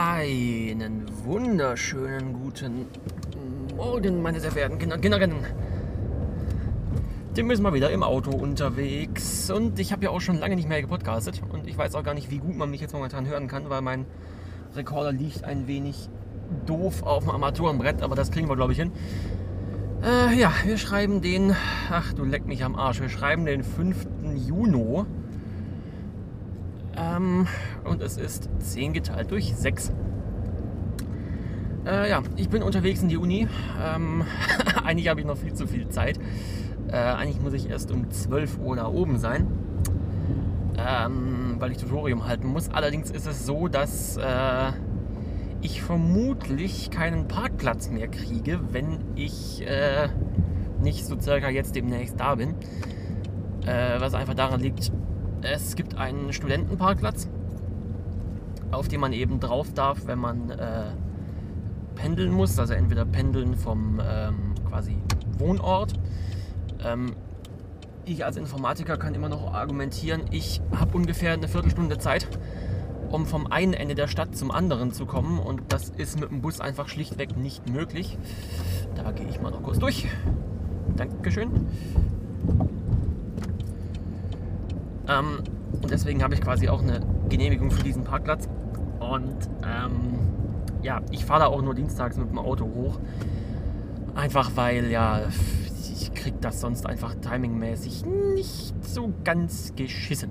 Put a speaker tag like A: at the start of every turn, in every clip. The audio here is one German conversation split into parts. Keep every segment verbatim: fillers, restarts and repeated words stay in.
A: Einen wunderschönen guten Morgen, meine sehr verehrten Kinder und Kinderinnen. Tim ist mal wieder im Auto unterwegs und ich habe ja auch schon lange nicht mehr gepodcastet und ich weiß auch gar nicht, wie gut man mich jetzt momentan hören kann, weil mein Rekorder liegt ein wenig doof auf dem Armaturenbrett, aber das kriegen wir, glaube ich, hin. Äh, ja, wir schreiben den, ach du leck mich am Arsch, wir schreiben den fünften Juni. Ähm, und es ist zehn geteilt durch sechs. Äh, ja, ich bin unterwegs in die Uni. Ähm, eigentlich habe ich noch viel zu viel Zeit. Äh, eigentlich muss ich erst um zwölf Uhr da oben sein, ähm, weil ich Tutorium halten muss. Allerdings ist es so, dass äh, ich vermutlich keinen Parkplatz mehr kriege, wenn ich äh, nicht so circa jetzt demnächst da bin. Äh, was einfach daran liegt, es gibt einen Studentenparkplatz, auf dem man eben drauf darf, wenn man äh, pendeln muss. Also entweder pendeln vom ähm, quasi Wohnort. Ähm, ich als Informatiker kann immer noch argumentieren, ich habe ungefähr eine Viertelstunde Zeit, um vom einen Ende der Stadt zum anderen zu kommen. Und das ist mit dem Bus einfach schlichtweg nicht möglich. Da gehe ich mal noch kurz durch. Dankeschön. Ähm, und deswegen habe ich quasi auch eine Genehmigung für diesen Parkplatz. Und ähm, ja, ich fahre da auch nur dienstags mit dem Auto hoch. Einfach weil, ja, ich kriege das sonst einfach timingmäßig nicht so ganz geschissen.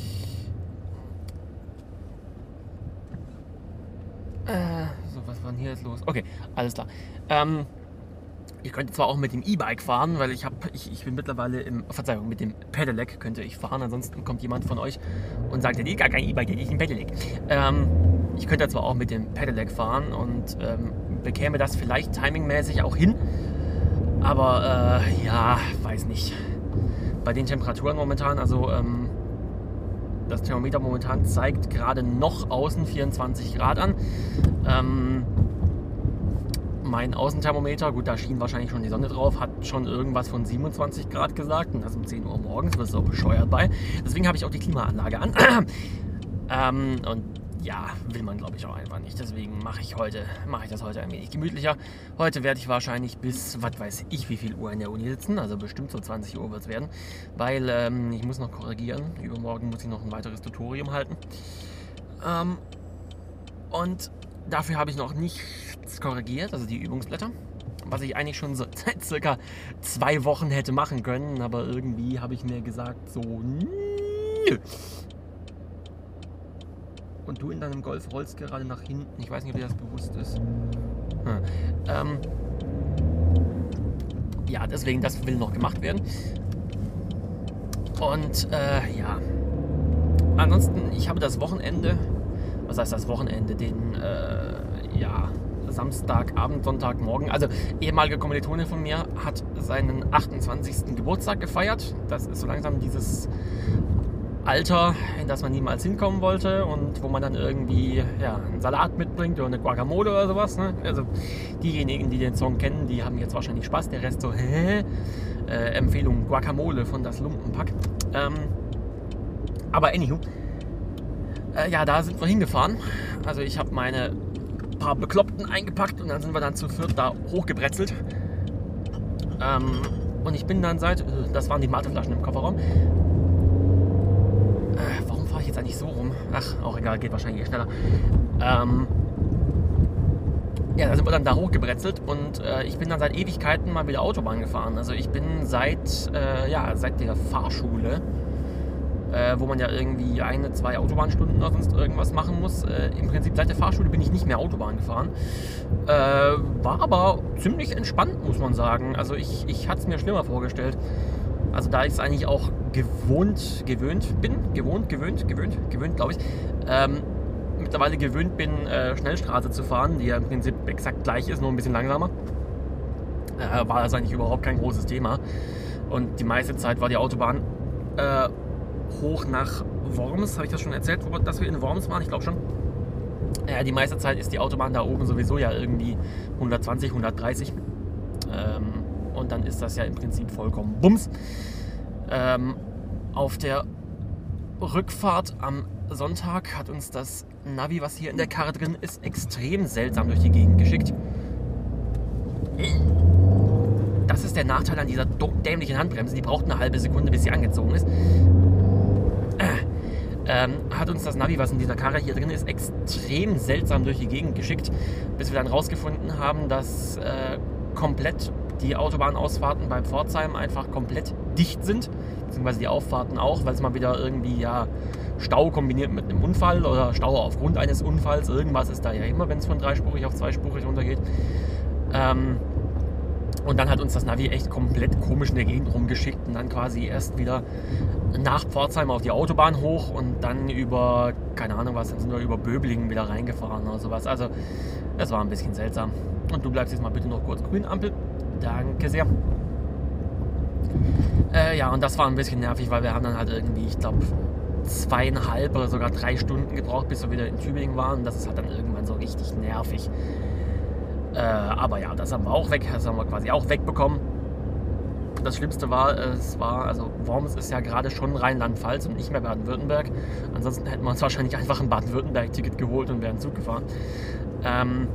A: Äh, so, was war denn hier jetzt los? Okay, alles klar. Ähm, Ich könnte zwar auch mit dem E-Bike fahren, weil ich habe, ich, ich bin mittlerweile im, Verzeihung, mit dem Pedelec könnte ich fahren, ansonsten kommt jemand von euch und sagt, ja, nee, gar kein E-Bike, ich ein Pedelec. Ähm, ich könnte zwar auch mit dem Pedelec fahren und ähm, bekäme das vielleicht timingmäßig auch hin, aber äh, ja, weiß nicht. Bei den Temperaturen momentan, also ähm, das Thermometer momentan zeigt gerade noch außen vierundzwanzig Grad an. Ähm, Mein Außenthermometer, gut, da schien wahrscheinlich schon die Sonne drauf, hat schon irgendwas von siebenundzwanzig Grad gesagt und das um zehn Uhr morgens, wirst du auch bescheuert bei. Deswegen habe ich auch die Klimaanlage an. ähm, und ja, will man glaube ich auch einfach nicht. Deswegen mache ich heute, mache ich das heute ein wenig gemütlicher. Heute werde ich wahrscheinlich bis, was weiß ich, wie viel Uhr in der Uni sitzen, also bestimmt so zwanzig Uhr wird es werden, weil ähm, ich muss noch korrigieren. Übermorgen muss ich noch ein weiteres Tutorium halten. Ähm, und dafür habe ich noch nichts korrigiert, also die Übungsblätter, was ich eigentlich schon so seit circa zwei Wochen hätte machen können, aber irgendwie habe ich mir gesagt, so nö. Und du in deinem Golf rollst gerade nach hinten, ich weiß nicht, ob dir das bewusst ist. Hm. Ähm, ja, deswegen, das will noch gemacht werden. Und äh, ja, ansonsten, ich habe das Wochenende, was heißt das Wochenende, den, äh, ja, Samstagabend, Sonntagmorgen, also ehemalige Kommilitone von mir hat seinen achtundzwanzigsten Geburtstag gefeiert. Das ist so langsam dieses Alter, in das man niemals hinkommen wollte und wo man dann irgendwie, ja, einen Salat mitbringt oder eine Guacamole oder sowas, ne? Also diejenigen, die den Song kennen, die haben jetzt wahrscheinlich Spaß, der Rest so, hä? Äh, Empfehlung Guacamole von Das Lumpenpack. Ähm, aber anywho, Äh, ja, da sind wir hingefahren. Also ich habe meine paar Bekloppten eingepackt und dann sind wir dann zu viert da hochgebrezelt. Ähm, und ich bin dann seit, äh, das waren die Mateflaschen im Kofferraum. Äh, warum fahre ich jetzt eigentlich so rum? Ach, auch egal, geht wahrscheinlich eh schneller. Ähm, ja, da sind wir dann da hochgebrezelt und äh, ich bin dann seit Ewigkeiten mal wieder Autobahn gefahren. Also ich bin seit, äh, ja, seit der Fahrschule, Äh, wo man ja irgendwie eine, zwei Autobahnstunden oder sonst irgendwas machen muss. Äh, Im Prinzip seit der Fahrschule bin ich nicht mehr Autobahn gefahren. Äh, war aber ziemlich entspannt, muss man sagen. Also ich, ich hatte es mir schlimmer vorgestellt. Also da ich es eigentlich auch gewohnt, gewöhnt bin, gewohnt, gewöhnt, gewöhnt, gewöhnt, glaube ich, ähm, mittlerweile gewöhnt bin, äh, Schnellstraße zu fahren, die ja im Prinzip exakt gleich ist, nur ein bisschen langsamer, äh, war das eigentlich überhaupt kein großes Thema. Und die meiste Zeit war die Autobahn äh, hoch nach Worms, habe ich das schon erzählt, dass wir in Worms waren? Ich glaube schon. Äh, die meiste Zeit ist die Autobahn da oben sowieso ja irgendwie hundertzwanzig, hundertdreißig. Ähm, und dann ist das ja im Prinzip vollkommen Bums. Ähm, auf der Rückfahrt am Sonntag hat uns das Navi, was hier in der Karre drin ist, extrem seltsam durch die Gegend geschickt. Das ist der Nachteil an dieser dämlichen Handbremse. Die braucht eine halbe Sekunde, bis sie angezogen ist. Äh, ähm, hat uns das Navi, was in dieser Karre hier drin ist, extrem seltsam durch die Gegend geschickt, bis wir dann rausgefunden haben, dass äh, komplett die Autobahnausfahrten bei Pforzheim einfach komplett dicht sind, beziehungsweise die Auffahrten auch, weil es mal wieder irgendwie ja Stau kombiniert mit einem Unfall oder Stau aufgrund eines Unfalls, irgendwas ist da ja immer, wenn es von dreispurig auf zweispurig runtergeht. Ähm, und dann hat uns das Navi echt komplett komisch in der Gegend rumgeschickt und dann quasi erst wieder nach Pforzheim auf die Autobahn hoch und dann über, keine Ahnung was, dann sind wir über Böblingen wieder reingefahren oder sowas. Also, es war ein bisschen seltsam. Und du bleibst jetzt mal bitte noch kurz grün, Ampel. Danke sehr. Äh, ja, und das war ein bisschen nervig, weil wir haben dann halt irgendwie, ich glaube, zweieinhalb oder sogar drei Stunden gebraucht, bis wir wieder in Tübingen waren. Das ist halt dann irgendwann so richtig nervig. Äh, aber ja, das haben wir auch weg, das haben wir quasi auch wegbekommen. Das Schlimmste war, es war, also Worms ist ja gerade schon Rheinland-Pfalz und nicht mehr Baden-Württemberg. Ansonsten hätten wir uns wahrscheinlich einfach ein Baden-Württemberg-Ticket geholt und wären Zug gefahren. Ähm,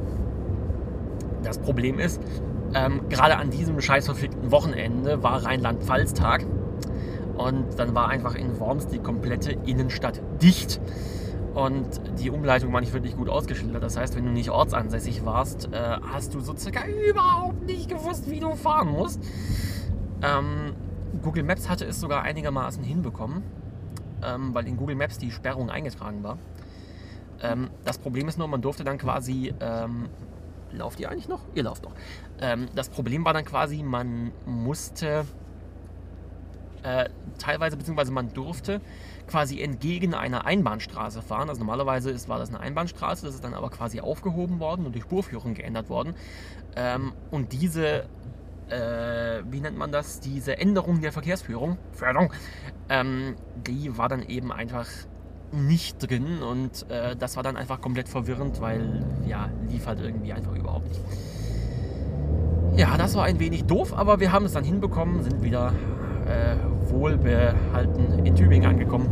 A: das Problem ist, ähm, gerade an diesem scheiß verfickten Wochenende war Rheinland-Pfalz-Tag und dann war einfach in Worms die komplette Innenstadt dicht. Und die Umleitung war nicht wirklich gut ausgeschildert. Das heißt, wenn du nicht ortsansässig warst, äh, hast du so circa überhaupt nicht gewusst, wie du fahren musst. Ähm, Google Maps hatte es sogar einigermaßen hinbekommen, ähm, weil in Google Maps die Sperrung eingetragen war. Ähm, das Problem ist nur, man durfte dann quasi... Ähm, lauft ihr eigentlich noch? Ihr lauft noch. Ähm, das Problem war dann quasi, man musste... Äh, teilweise, beziehungsweise man durfte quasi entgegen einer Einbahnstraße fahren. Also normalerweise ist, war das eine Einbahnstraße, das ist dann aber quasi aufgehoben worden und die Spurführung geändert worden. Ähm, und diese, äh, wie nennt man das, diese Änderung der Verkehrsführung, Förderung, ähm, die war dann eben einfach nicht drin und äh, das war dann einfach komplett verwirrend, weil, ja, lief halt irgendwie einfach überhaupt nicht. Ja, das war ein wenig doof, aber wir haben es dann hinbekommen, sind wieder äh, wohlbehalten in Tübingen angekommen.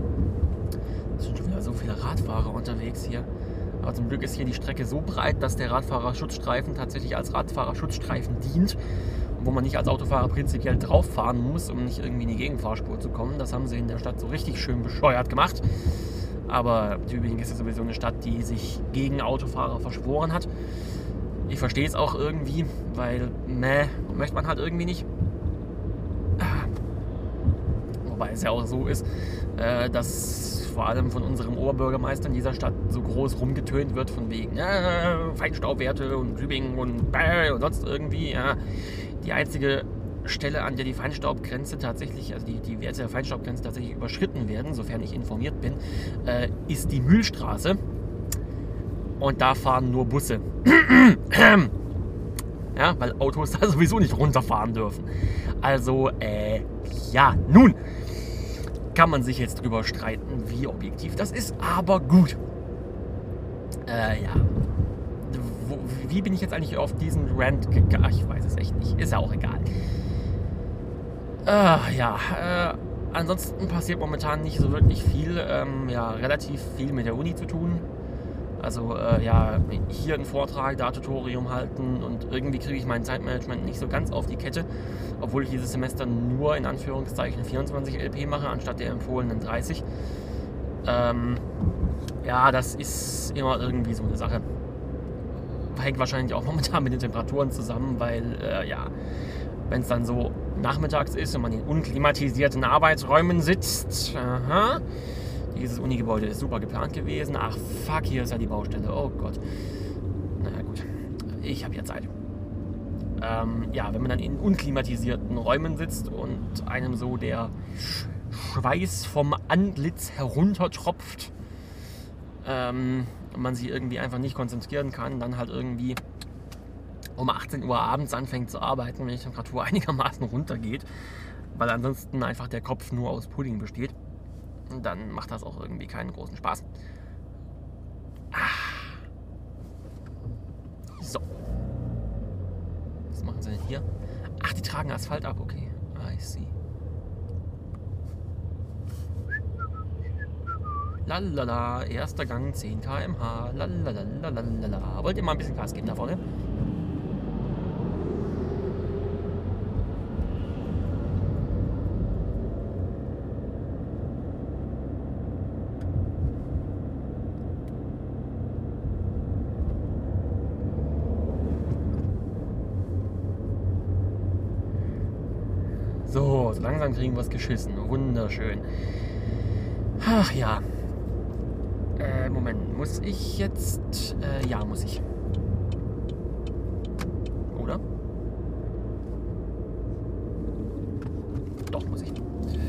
A: Es sind schon wieder so viele Radfahrer unterwegs hier. Aber zum Glück ist hier die Strecke so breit, dass der Radfahrerschutzstreifen tatsächlich als Radfahrerschutzstreifen dient. Wo man nicht als Autofahrer prinzipiell drauf fahren muss, um nicht irgendwie in die Gegenfahrspur zu kommen. Das haben sie in der Stadt so richtig schön bescheuert gemacht. Aber Tübingen ist ja sowieso eine Stadt, die sich gegen Autofahrer verschworen hat. Ich verstehe es auch irgendwie, weil, meh, möchte man halt irgendwie nicht. Wobei es ja auch so ist, äh, dass vor allem von unserem Oberbürgermeister in dieser Stadt so groß rumgetönt wird, von wegen äh, Feinstaubwerte und Tübingen und bäh und sonst irgendwie. Ja. Die einzige Stelle, an der die Feinstaubgrenze tatsächlich, also die, die Werte der Feinstaubgrenze tatsächlich überschritten werden, sofern ich informiert bin, äh, ist die Mühlstraße. Und da fahren nur Busse. Ja, weil Autos da sowieso nicht runterfahren dürfen. Also, äh, ja, nun kann man sich jetzt drüber streiten, wie objektiv das ist, aber gut. Äh, ja. Wo, wie bin ich jetzt eigentlich auf diesen Rant gegangen? Ich weiß es echt nicht. Ist ja auch egal. Äh, ja, äh, ansonsten passiert momentan nicht so wirklich viel. Ähm, ja, relativ viel mit der Uni zu tun. Also, äh, ja, hier einen Vortrag, da Tutorium halten und irgendwie kriege ich mein Zeitmanagement nicht so ganz auf die Kette, obwohl ich dieses Semester nur in Anführungszeichen vierundzwanzig L P mache, anstatt der empfohlenen dreißig. Ähm, ja, das ist immer irgendwie so eine Sache. Hängt wahrscheinlich auch momentan mit den Temperaturen zusammen, weil, äh, ja, wenn es dann so nachmittags ist und man in unklimatisierten Arbeitsräumen sitzt, aha, dieses Uni-Gebäude ist super geplant gewesen. Ach, fuck, hier ist ja die Baustelle. Oh Gott. Naja, gut. Ich habe ja Zeit. Ähm, ja, wenn man dann in unklimatisierten Räumen sitzt und einem so der Schweiß vom Antlitz heruntertropft, ähm, und man sich irgendwie einfach nicht konzentrieren kann, dann halt irgendwie um achtzehn Uhr abends anfängt zu arbeiten, wenn die Temperatur einigermaßen runtergeht, weil ansonsten einfach der Kopf nur aus Pudding besteht. Und dann macht das auch irgendwie keinen großen Spaß. Ah. So. Was machen sie denn hier? Ach, die tragen Asphalt ab, okay. I see. Lalala, erster Gang, zehn Kilometer pro Stunde. Lalalala. Wollt ihr mal ein bisschen Gas geben da vorne? So, so langsam kriegen wir es geschissen. Wunderschön. Ach ja. Äh, Moment, muss ich jetzt... Äh, ja, muss ich. Oder? Doch, muss ich.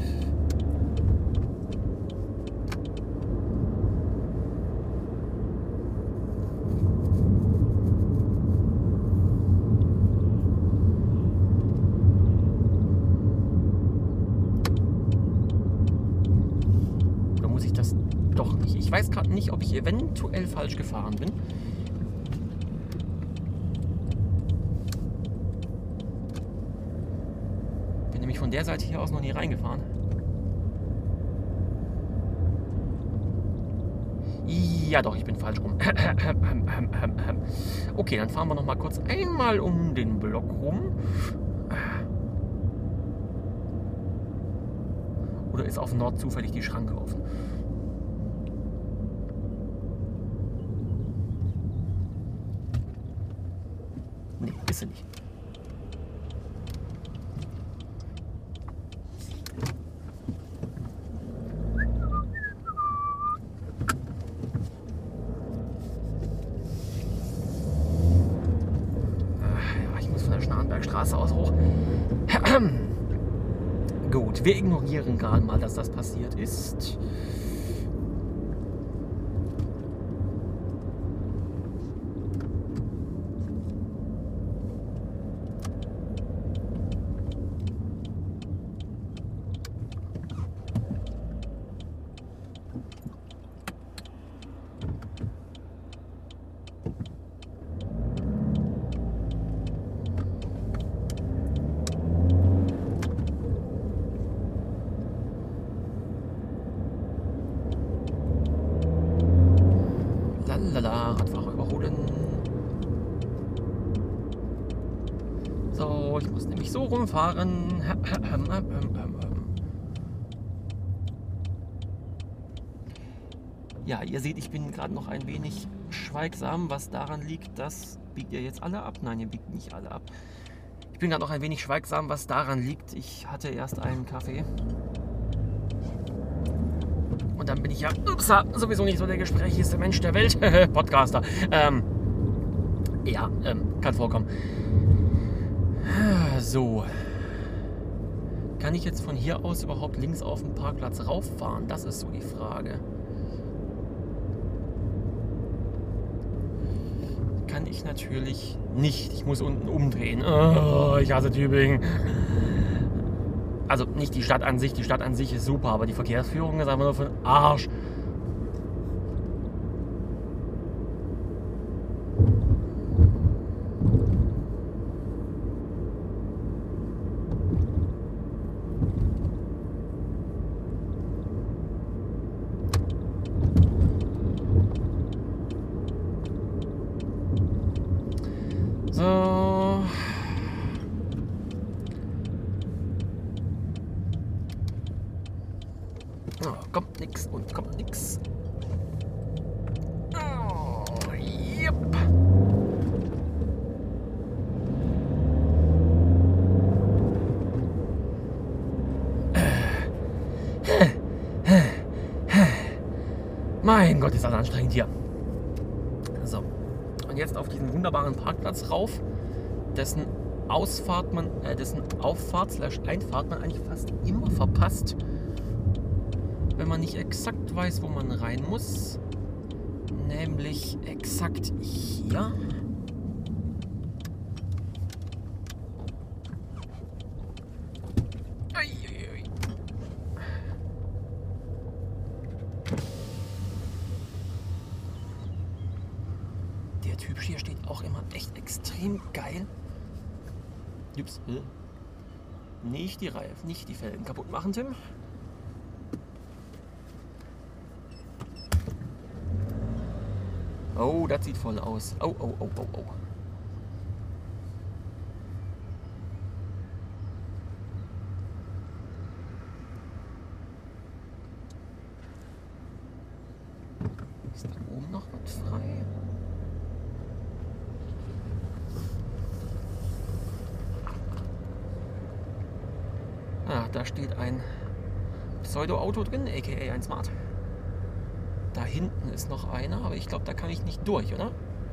A: Oder muss ich das doch nicht? Ich weiß gerade nicht, ob ich eventuell falsch gefahren bin. Bin nämlich von der Seite hier aus noch nie reingefahren. Ja doch, ich bin falsch rum. Okay, dann fahren wir noch mal kurz einmal um den Block rum. Oder ist auf Nord zufällig die Schranke offen? Nee, ist sie nicht. Ja, ich muss von der Schnarenbergstraße aus hoch. Gut, wir ignorieren gerade mal, dass das passiert ist. Lala, Radfahrer überholen. So, ich muss nämlich so rumfahren. Ja, ihr seht, ich bin gerade noch ein wenig schweigsam, was daran liegt, dass... Biegt ihr jetzt alle ab? Nein, ihr biegt nicht alle ab. Ich bin gerade noch ein wenig schweigsam, was daran liegt. Ich hatte erst einen Kaffee. Und dann bin ich ja ups, sowieso nicht so der gesprächigste Mensch der Welt. Podcaster. Ähm, ja, ähm, kann vorkommen. So. Kann ich jetzt von hier aus überhaupt links auf den Parkplatz rauffahren? Das ist so die Frage. Kann ich natürlich nicht. Ich muss unten umdrehen. Oh, ich hasse Tübingen. Also nicht die Stadt an sich, die Stadt an sich ist super, aber die Verkehrsführung ist einfach nur für den Arsch. So. Oh, kommt nix und kommt nix. Oh, yep. Mein Gott, ist das anstrengend hier. So, und jetzt auf diesen wunderbaren Parkplatz rauf, dessen Ausfahrt man, äh, dessen Auffahrt slash Einfahrt man eigentlich fast immer verpasst, wenn man nicht exakt weiß, wo man rein muss. Nämlich exakt hier. Uiuiui. Der Typ hier steht auch immer echt extrem geil. Ups. Nicht die Reifen, nicht die Felgen kaputt machen, Tim. Oh, das sieht voll aus. Oh, oh, oh, oh, oh. Ist da oben noch was frei? Ah, da steht ein Pseudo-Auto drin, aka ein Smart. Da hinten ist noch einer, aber ich glaube, da kann ich nicht durch, oder?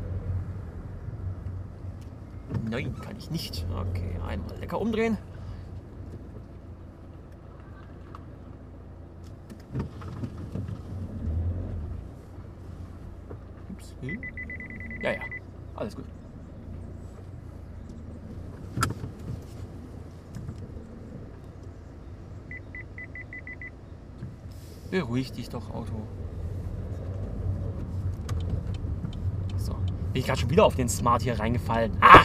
A: Nein, kann ich nicht. Okay, einmal lecker umdrehen. Ups. Ja, ja, alles gut. Beruhig dich doch, Auto. So. Bin ich gerade schon wieder auf den Smart hier reingefallen. Ah!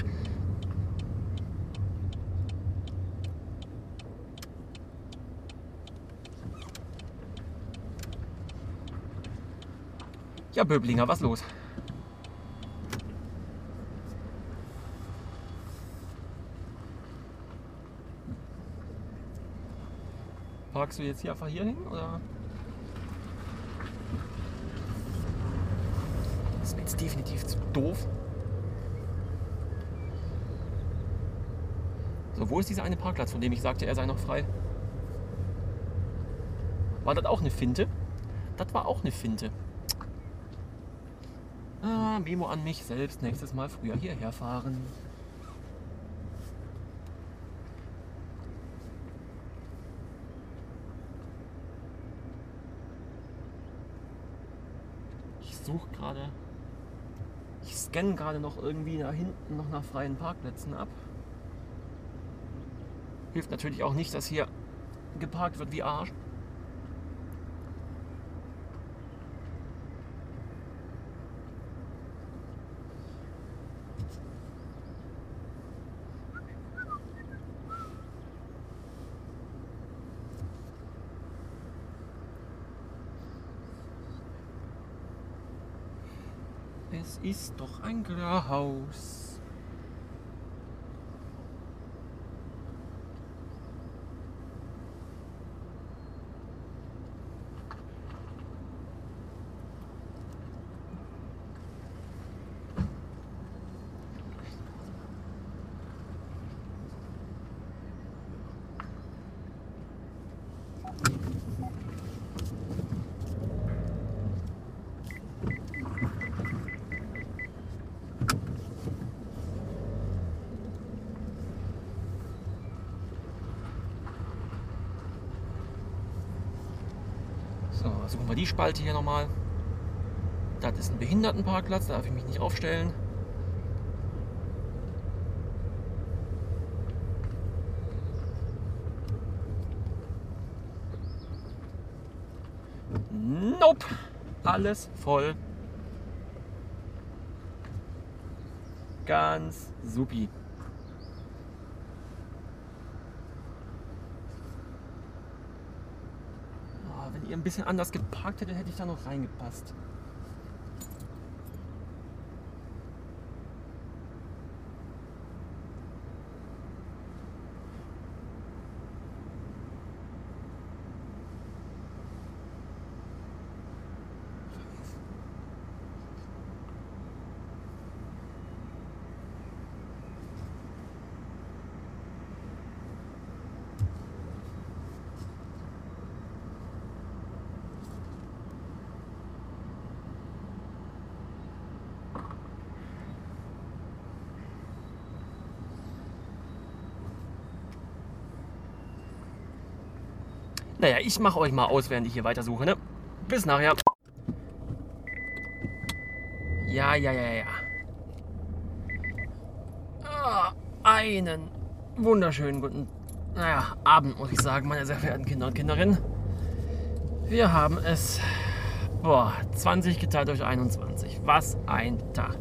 A: Ja, Böblinger, was los? Parkst du jetzt hier einfach hier hin, oder? Das ist mir jetzt definitiv zu doof. So, wo ist dieser eine Parkplatz, von dem ich sagte, er sei noch frei? War das auch eine Finte? Das war auch eine Finte. Ah, Memo an mich selbst. Nächstes Mal früher hierher fahren. Ich suche gerade. Ich scanne gerade noch irgendwie da hinten noch nach freien Parkplätzen ab. Hilft natürlich auch nicht, dass hier geparkt wird wie Arsch. Es ist doch ein Graus. So, suchen wir die Spalte hier nochmal. Das ist ein Behindertenparkplatz, da darf ich mich nicht aufstellen. Nope, alles voll. Ganz supi. Wenn ihr ein bisschen anders geparkt hättet, hätte ich da noch reingepasst. Naja, ich mache euch mal aus, während ich hier weitersuche, ne? Bis nachher. Ja, ja, ja, ja. Ah, einen wunderschönen guten, naja, Abend, muss ich sagen, meine sehr verehrten Kinder und Kinderinnen. Wir haben es, boah, zwanzig geteilt durch einundzwanzig. Was ein Tag.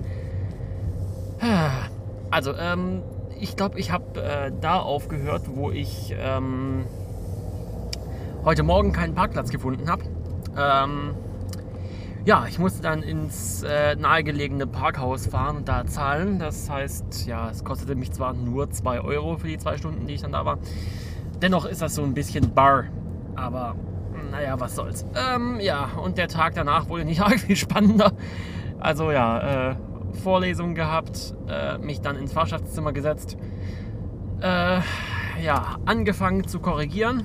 A: Also, ähm, ich glaube, ich habe äh, da aufgehört, wo ich ähm, heute Morgen keinen Parkplatz gefunden habe. Ähm, Ja, ich musste dann ins äh, nahegelegene Parkhaus fahren und da zahlen. Das heißt, ja, es kostete mich zwar nur zwei Euro für die zwei Stunden, die ich dann da war. Dennoch ist das so ein bisschen bar. Aber naja, was soll's. Ähm, ja, und der Tag danach wurde nicht arg viel spannender. Also ja, äh, Vorlesung gehabt, äh, mich dann ins Fachschaftszimmer gesetzt. Äh, ja, angefangen zu korrigieren.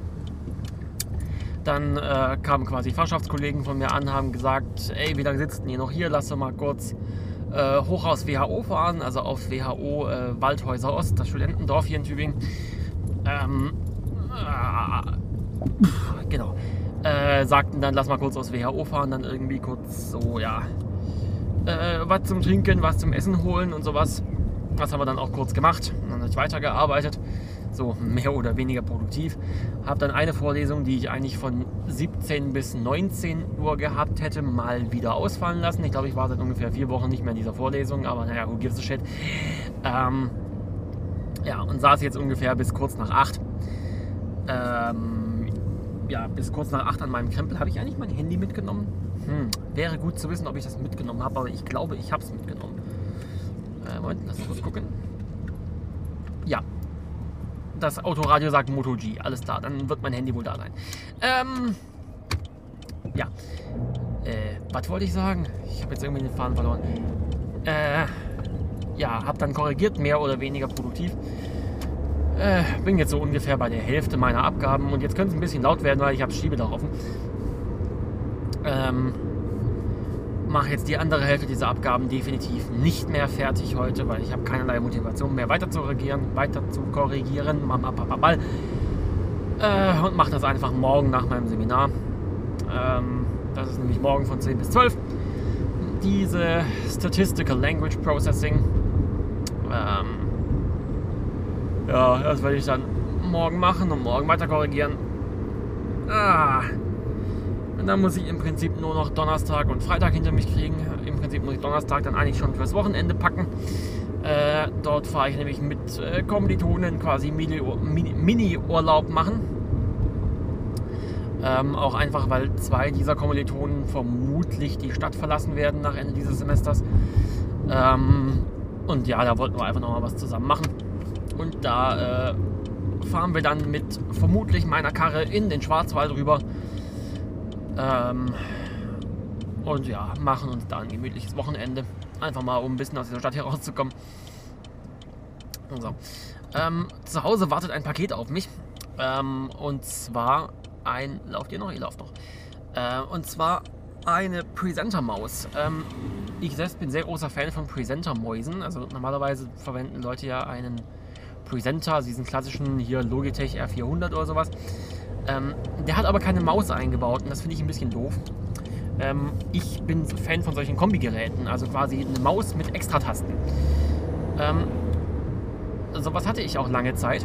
A: Dann äh, kamen quasi Fachschaftskollegen von mir an, haben gesagt, ey, wie lange sitzt denn ihr noch hier? Lass doch mal kurz äh, hoch aus W H O fahren, also auf W H O äh, Waldhäuser Ost, das Studentendorf hier in Tübingen. Ähm, äh, genau. Äh, sagten dann, lass mal kurz aus W H O fahren, dann irgendwie kurz so, ja, äh, was zum Trinken, was zum Essen holen und sowas. Das haben wir dann auch kurz gemacht und dann habe ich weitergearbeitet. So mehr oder weniger produktiv. Habe dann eine Vorlesung, die ich eigentlich von siebzehn bis neunzehn Uhr gehabt hätte, mal wieder ausfallen lassen. Ich glaube, ich war seit ungefähr vier Wochen nicht mehr in dieser Vorlesung, aber naja, who gives a shit. Ähm, ja, und saß jetzt ungefähr bis kurz nach acht. Ähm, ja, bis kurz nach acht an meinem Krempel. Habe ich eigentlich mein Handy mitgenommen? Hm, wäre gut zu wissen, ob ich das mitgenommen habe, aber ich glaube, ich habe es mitgenommen. Äh, Moment, lass uns kurz gucken. Ja. Das Autoradio sagt Moto G, alles klar, dann wird mein Handy wohl da sein. Ähm, ja, äh, was wollte ich sagen? Ich habe jetzt irgendwie den Faden verloren. Äh, ja, habe dann korrigiert, mehr oder weniger produktiv. Äh, bin jetzt so ungefähr bei der Hälfte meiner Abgaben und jetzt könnte es ein bisschen laut werden, weil ich habe Schiebedach offen. Ähm, mache jetzt die andere Hälfte dieser Abgaben definitiv nicht mehr fertig heute, weil ich habe keinerlei Motivation mehr weiter zu regieren, weiter zu korrigieren, äh, und mache das einfach morgen nach meinem Seminar. Ähm, das ist nämlich morgen von zehn bis zwölf. Diese Statistical Language Processing. Ähm, ja, das werde ich dann morgen machen und morgen weiter korrigieren. Ah. Und dann muss ich im Prinzip nur noch Donnerstag und Freitag hinter mich kriegen. Im Prinzip muss ich Donnerstag dann eigentlich schon fürs Wochenende packen. Äh, dort fahre ich nämlich mit äh, Kommilitonen quasi Mini-Urlaub machen. Ähm, auch einfach, weil zwei dieser Kommilitonen vermutlich die Stadt verlassen werden nach Ende dieses Semesters. Ähm, und ja, da wollten wir einfach nochmal was zusammen machen. Und da äh, fahren wir dann mit vermutlich meiner Karre in den Schwarzwald rüber. Ähm, und ja, machen uns da ein gemütliches Wochenende. Einfach mal, um ein bisschen aus dieser Stadt herauszukommen. So. Ähm, zu Hause wartet ein Paket auf mich. Ähm, und zwar ein... Lauft ihr noch? Ihr lauft noch. Äh, und zwar eine Presenter-Maus. Ähm, ich selbst bin sehr großer Fan von Presenter-Mäusen. Also normalerweise verwenden Leute ja einen Presenter, also diesen klassischen hier Logitech R vierhundert oder sowas. Ähm, der hat aber keine Maus eingebaut und das finde ich ein bisschen doof. Ähm, ich bin Fan von solchen Kombigeräten, also quasi eine Maus mit Extratasten. Ähm, sowas hatte ich auch lange Zeit.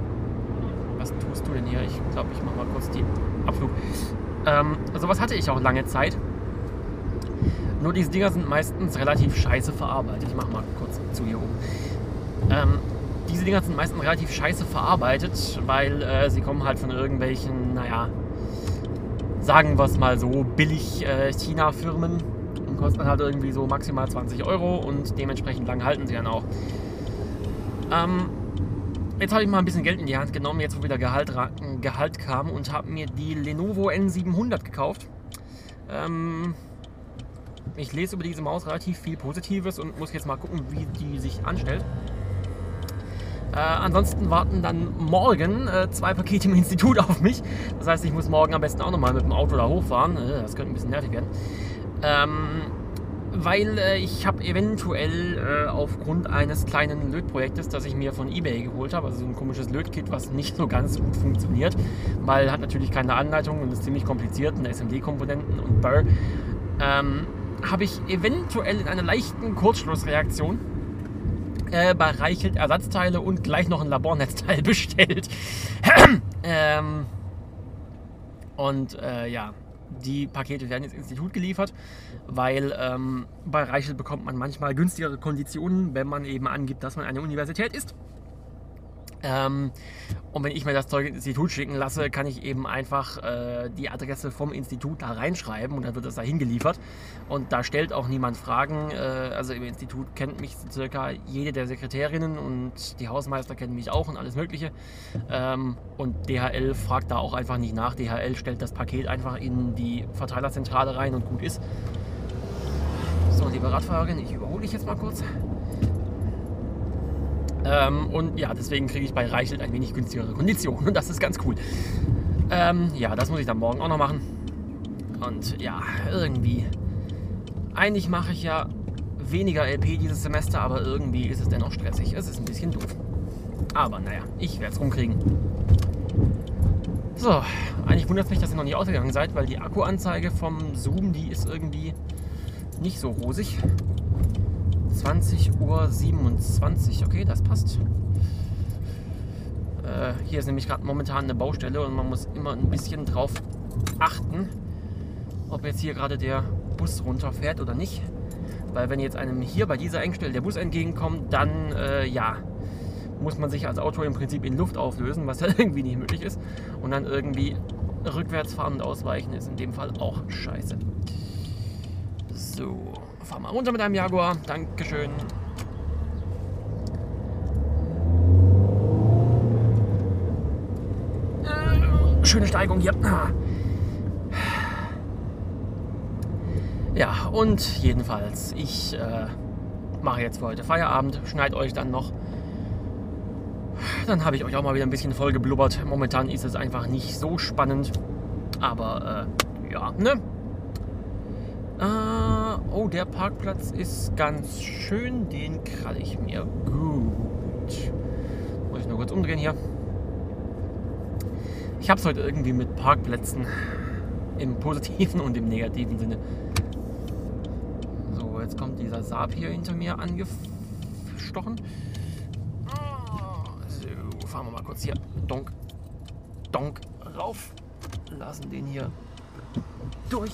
A: Was tust du denn hier? Ich glaube, ich mache mal kurz die Abflug. Ähm, sowas hatte ich auch lange Zeit. Nur diese Dinger sind meistens relativ scheiße verarbeitet. Ich mache mal kurz zu hier oben. Ähm, Diese Dinger sind meistens relativ scheiße verarbeitet, weil äh, sie kommen halt von irgendwelchen, naja, sagen wir es mal so, billig äh, China-Firmen und kosten halt irgendwie so maximal zwanzig Euro und dementsprechend lang halten sie dann auch. Ähm, jetzt habe ich mal ein bisschen Geld in die Hand genommen, jetzt wo wieder Gehalt, Gehalt kam und habe mir die Lenovo N siebenhundert gekauft. Ähm, ich lese über diese Maus relativ viel Positives und muss jetzt mal gucken, wie die sich anstellt. Äh, ansonsten warten dann morgen äh, zwei Pakete im Institut auf mich. Das heißt, ich muss morgen am besten auch nochmal mit dem Auto da hochfahren. Äh, das könnte ein bisschen nervig werden. Ähm, weil äh, ich habe eventuell äh, aufgrund eines kleinen Lötprojektes, das ich mir von eBay geholt habe, also so ein komisches Lötkit, was nicht so ganz gut funktioniert, weil hat natürlich keine Anleitung und ist ziemlich kompliziert und S M D-Komponenten und Burr, ähm, habe ich eventuell in einer leichten Kurzschlussreaktion Äh, bei Reichelt Ersatzteile und gleich noch ein Labornetzteil bestellt. ähm, und äh, ja, die Pakete werden ins Institut geliefert, weil ähm, bei Reichelt bekommt man manchmal günstigere Konditionen, wenn man eben angibt, dass man eine Universität ist. Ähm, und wenn ich mir das Zeug ins Institut schicken lasse, kann ich eben einfach äh, die Adresse vom Institut da reinschreiben und dann wird das da hingeliefert. Und da stellt auch niemand Fragen. Äh, also im Institut kennt mich circa jede der Sekretärinnen und die Hausmeister kennen mich auch und alles Mögliche. Ähm, und D H L fragt da auch einfach nicht nach. D H L stellt das Paket einfach in die Verteilerzentrale rein und gut ist. So, liebe Radfahrerin, ich überhole dich jetzt mal kurz. Ähm, und ja, deswegen kriege ich bei Reichelt ein wenig günstigere Konditionen und das ist ganz cool. Ähm, ja, das muss ich dann morgen auch noch machen. Und ja, irgendwie. Eigentlich mache ich ja weniger L P dieses Semester, aber irgendwie ist es dennoch stressig. Es ist ein bisschen doof. Aber naja, ich werde es rumkriegen. So, eigentlich wundert es mich, dass ihr noch nicht ausgegangen seid, weil die Akkuanzeige vom Zoom, die ist irgendwie nicht so rosig. zwanzig Uhr siebenundzwanzig, okay, das passt. Äh, hier ist nämlich gerade momentan eine Baustelle und man muss immer ein bisschen drauf achten, ob jetzt hier gerade der Bus runterfährt oder nicht. Weil wenn jetzt einem hier bei dieser Engstelle der Bus entgegenkommt, dann äh, ja, muss man sich als Auto im Prinzip in Luft auflösen, was dann irgendwie nicht möglich ist. Und dann irgendwie rückwärts fahren und ausweichen ist in dem Fall auch scheiße. So, fahr mal runter mit einem Jaguar. Dankeschön. Äh, schöne Steigung hier. Ja, und jedenfalls, ich äh, mache jetzt für heute Feierabend, schneid euch dann noch. Dann habe ich euch auch mal wieder ein bisschen voll geblubbert. Momentan ist es einfach nicht so spannend. Aber, äh, ja, ne? Äh, oh, der Parkplatz ist ganz schön. Den kralle ich mir gut. Muss ich nur kurz umdrehen hier. Ich habe es heute irgendwie mit Parkplätzen im positiven und im negativen Sinne. So, jetzt kommt dieser Saab hier hinter mir angestochen. So, fahren wir mal kurz hier. Donk, donk rauf. Lassen den hier durch.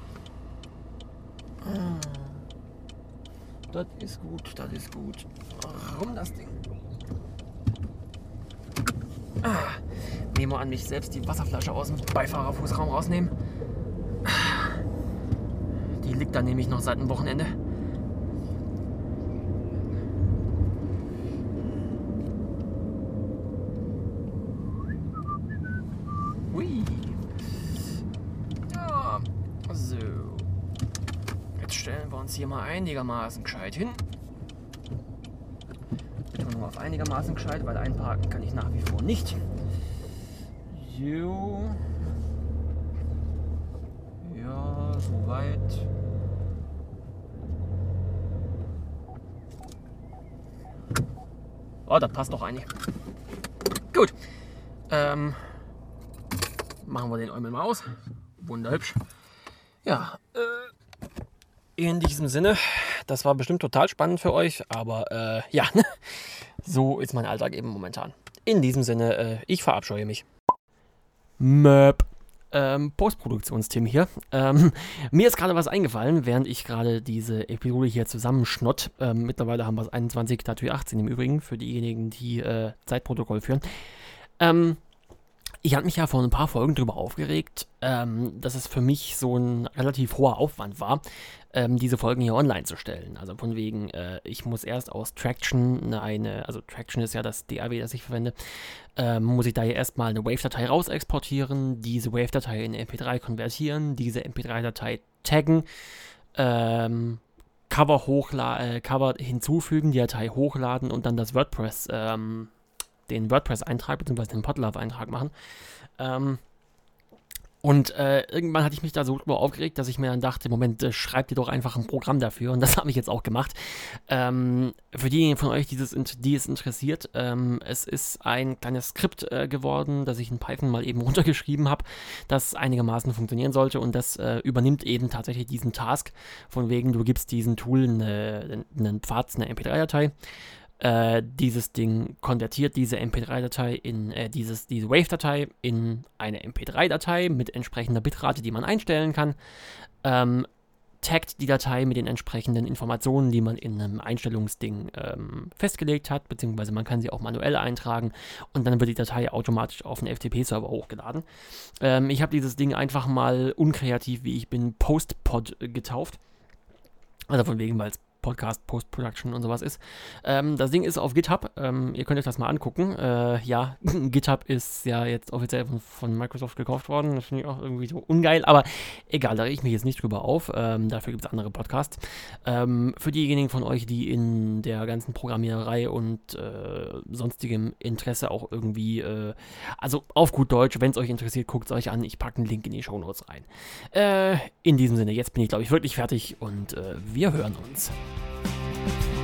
A: Das ist gut, das ist gut. Warum das Ding? Ah, Memo an mich selbst, die Wasserflasche aus dem Beifahrerfußraum rausnehmen. Die liegt da nämlich noch seit dem Wochenende. Hui. Ja, so. Jetzt stellen wir uns hier mal einigermaßen gescheit hin. Betonung auf einigermaßen gescheit, weil einparken kann ich nach wie vor nicht. So. Ja, soweit. Oh, das passt doch eigentlich. Gut. Ähm, machen wir den Eumel mal aus. Wunderhübsch. Ja, äh, in diesem Sinne, das war bestimmt total spannend für euch, aber äh, ja, so ist mein Alltag eben momentan. In diesem Sinne, äh, ich verabscheue mich. Möp. Ähm, Postproduktionsteam hier. Ähm, mir ist gerade was eingefallen, während ich gerade diese Episode hier zusammenschnott. Ähm, mittlerweile haben wir es einundzwanzig achtzehn im Übrigen, für diejenigen, die äh, Zeitprotokoll führen. Ähm, ich hatte mich ja vor ein paar Folgen darüber aufgeregt, ähm, dass es für mich so ein relativ hoher Aufwand war, ähm, diese Folgen hier online zu stellen. Also von wegen, äh, ich muss erst aus Traction eine, also Traction ist ja das D A W, das ich verwende, ähm, muss ich da hier erstmal eine Wave-Datei raus exportieren, diese Wave-Datei in M P drei konvertieren, diese M P drei Datei taggen, ähm, Cover, hochla- äh, Cover hinzufügen, die Datei hochladen und dann das WordPress, ähm, den WordPress-Eintrag bzw. den Podlove-Eintrag machen. Ähm, und äh, irgendwann hatte ich mich da so drüber aufgeregt, dass ich mir dann dachte, Moment, äh, schreib dir doch einfach ein Programm dafür. Und das habe ich jetzt auch gemacht. Ähm, für diejenigen von euch, die, das, die es interessiert, ähm, es ist ein kleines Skript äh, geworden, das ich in Python mal eben runtergeschrieben habe, das einigermaßen funktionieren sollte. Und das äh, übernimmt eben tatsächlich diesen Task, von wegen, du gibst diesem Tool eine, einen Pfad, eine M P drei Datei. Äh, dieses Ding konvertiert diese M P drei Datei in, äh, dieses, diese Wave-Datei in eine M P drei Datei mit entsprechender Bitrate, die man einstellen kann. Ähm, taggt die Datei mit den entsprechenden Informationen, die man in einem Einstellungsding ähm, festgelegt hat, beziehungsweise man kann sie auch manuell eintragen und dann wird die Datei automatisch auf einen F T P-Server hochgeladen. Ähm, ich habe dieses Ding einfach mal unkreativ, wie ich bin, Postpod getauft. Also von wegen, weil es Podcast, Post-Production und sowas ist. Ähm, das Ding ist auf GitHub. Ähm, ihr könnt euch das mal angucken. Äh, ja, GitHub ist ja jetzt offiziell von, von Microsoft gekauft worden. Das finde ich auch irgendwie so ungeil. Aber egal, da rege ich mich jetzt nicht drüber auf. Ähm, dafür gibt es andere Podcasts. Ähm, für diejenigen von euch, die in der ganzen Programmiererei und äh, sonstigem Interesse auch irgendwie, äh, also auf gut Deutsch, wenn es euch interessiert, guckt es euch an. Ich packe einen Link in die Shownotes rein. Äh, in diesem Sinne, jetzt bin ich, glaube ich, wirklich fertig und äh, wir hören uns.